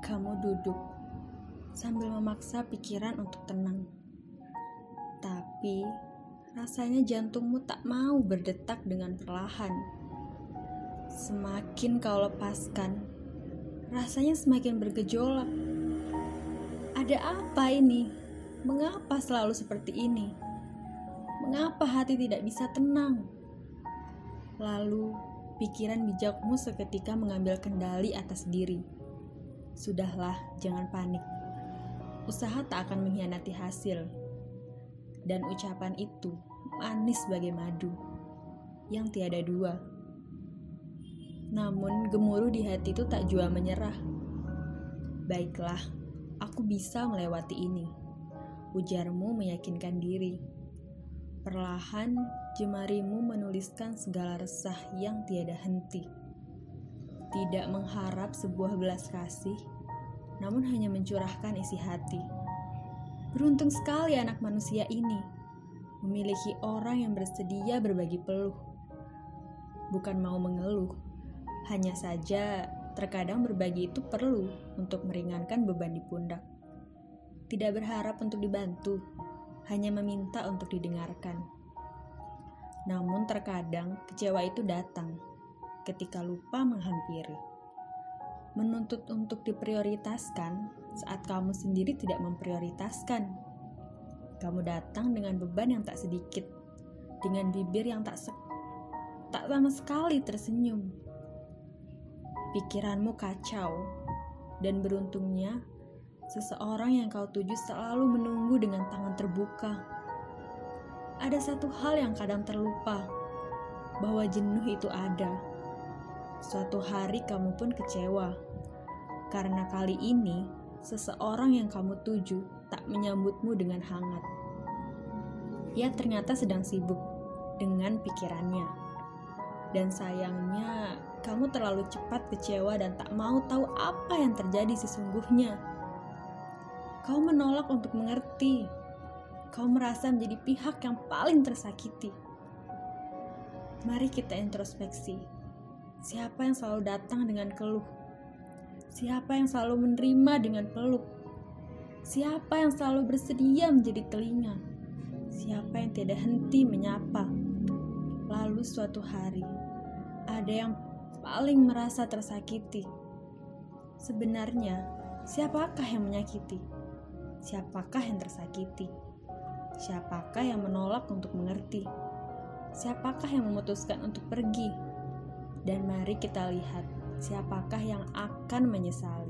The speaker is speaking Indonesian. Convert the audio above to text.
Kamu duduk sambil memaksa pikiran untuk tenang. Tapi rasanya jantungmu tak mau berdetak dengan perlahan. Semakin kau lepaskan, rasanya semakin bergejolak. Ada apa ini? Mengapa selalu seperti ini? Mengapa hati tidak bisa tenang? Lalu, pikiran bijakmu seketika mengambil kendali atas diri. Sudahlah, jangan panik. Usaha tak akan mengkhianati hasil. Dan ucapan itu manis bagai madu, yang tiada dua. Namun, gemuruh di hati itu tak jua menyerah. Baiklah, aku bisa melewati ini. Ujarmu meyakinkan diri. Perlahan, jemarimu menuliskan segala resah yang tiada henti. Tidak mengharap sebuah belas kasih, namun hanya mencurahkan isi hati. Beruntung sekali anak manusia ini, memiliki orang yang bersedia berbagi peluh. Bukan mau mengeluh, hanya saja terkadang berbagi itu perlu untuk meringankan beban di pundak. Tidak berharap untuk dibantu, hanya meminta untuk didengarkan. Namun terkadang kecewa itu datang ketika lupa menghampiri. Menuntut untuk diprioritaskan saat kamu sendiri tidak memprioritaskan. Kamu datang dengan beban yang tak sedikit, dengan bibir yang tak sama sekali tersenyum. Pikiranmu kacau, dan beruntungnya seseorang yang kau tuju selalu menunggu dengan tangan terbuka. Ada satu hal yang kadang terlupa, bahwa jenuh itu ada. Suatu hari kamu pun kecewa, karena kali ini seseorang yang kamu tuju tak menyambutmu dengan hangat. Ia ternyata sedang sibuk dengan pikirannya. Dan sayangnya, kamu terlalu cepat kecewa dan tak mau tahu apa yang terjadi sesungguhnya. Kau menolak untuk mengerti. Kau merasa menjadi pihak yang paling tersakiti. Mari kita introspeksi. Siapa yang selalu datang dengan keluh? Siapa yang selalu menerima dengan peluk? Siapa yang selalu bersedia menjadi telinga? Siapa yang tidak henti menyapa? Lalu suatu hari, ada yang paling merasa tersakiti. Sebenarnya, siapakah yang menyakiti? Siapakah yang tersakiti? Siapakah yang menolak untuk mengerti? Siapakah yang memutuskan untuk pergi? Dan mari kita lihat siapakah yang akan menyesali.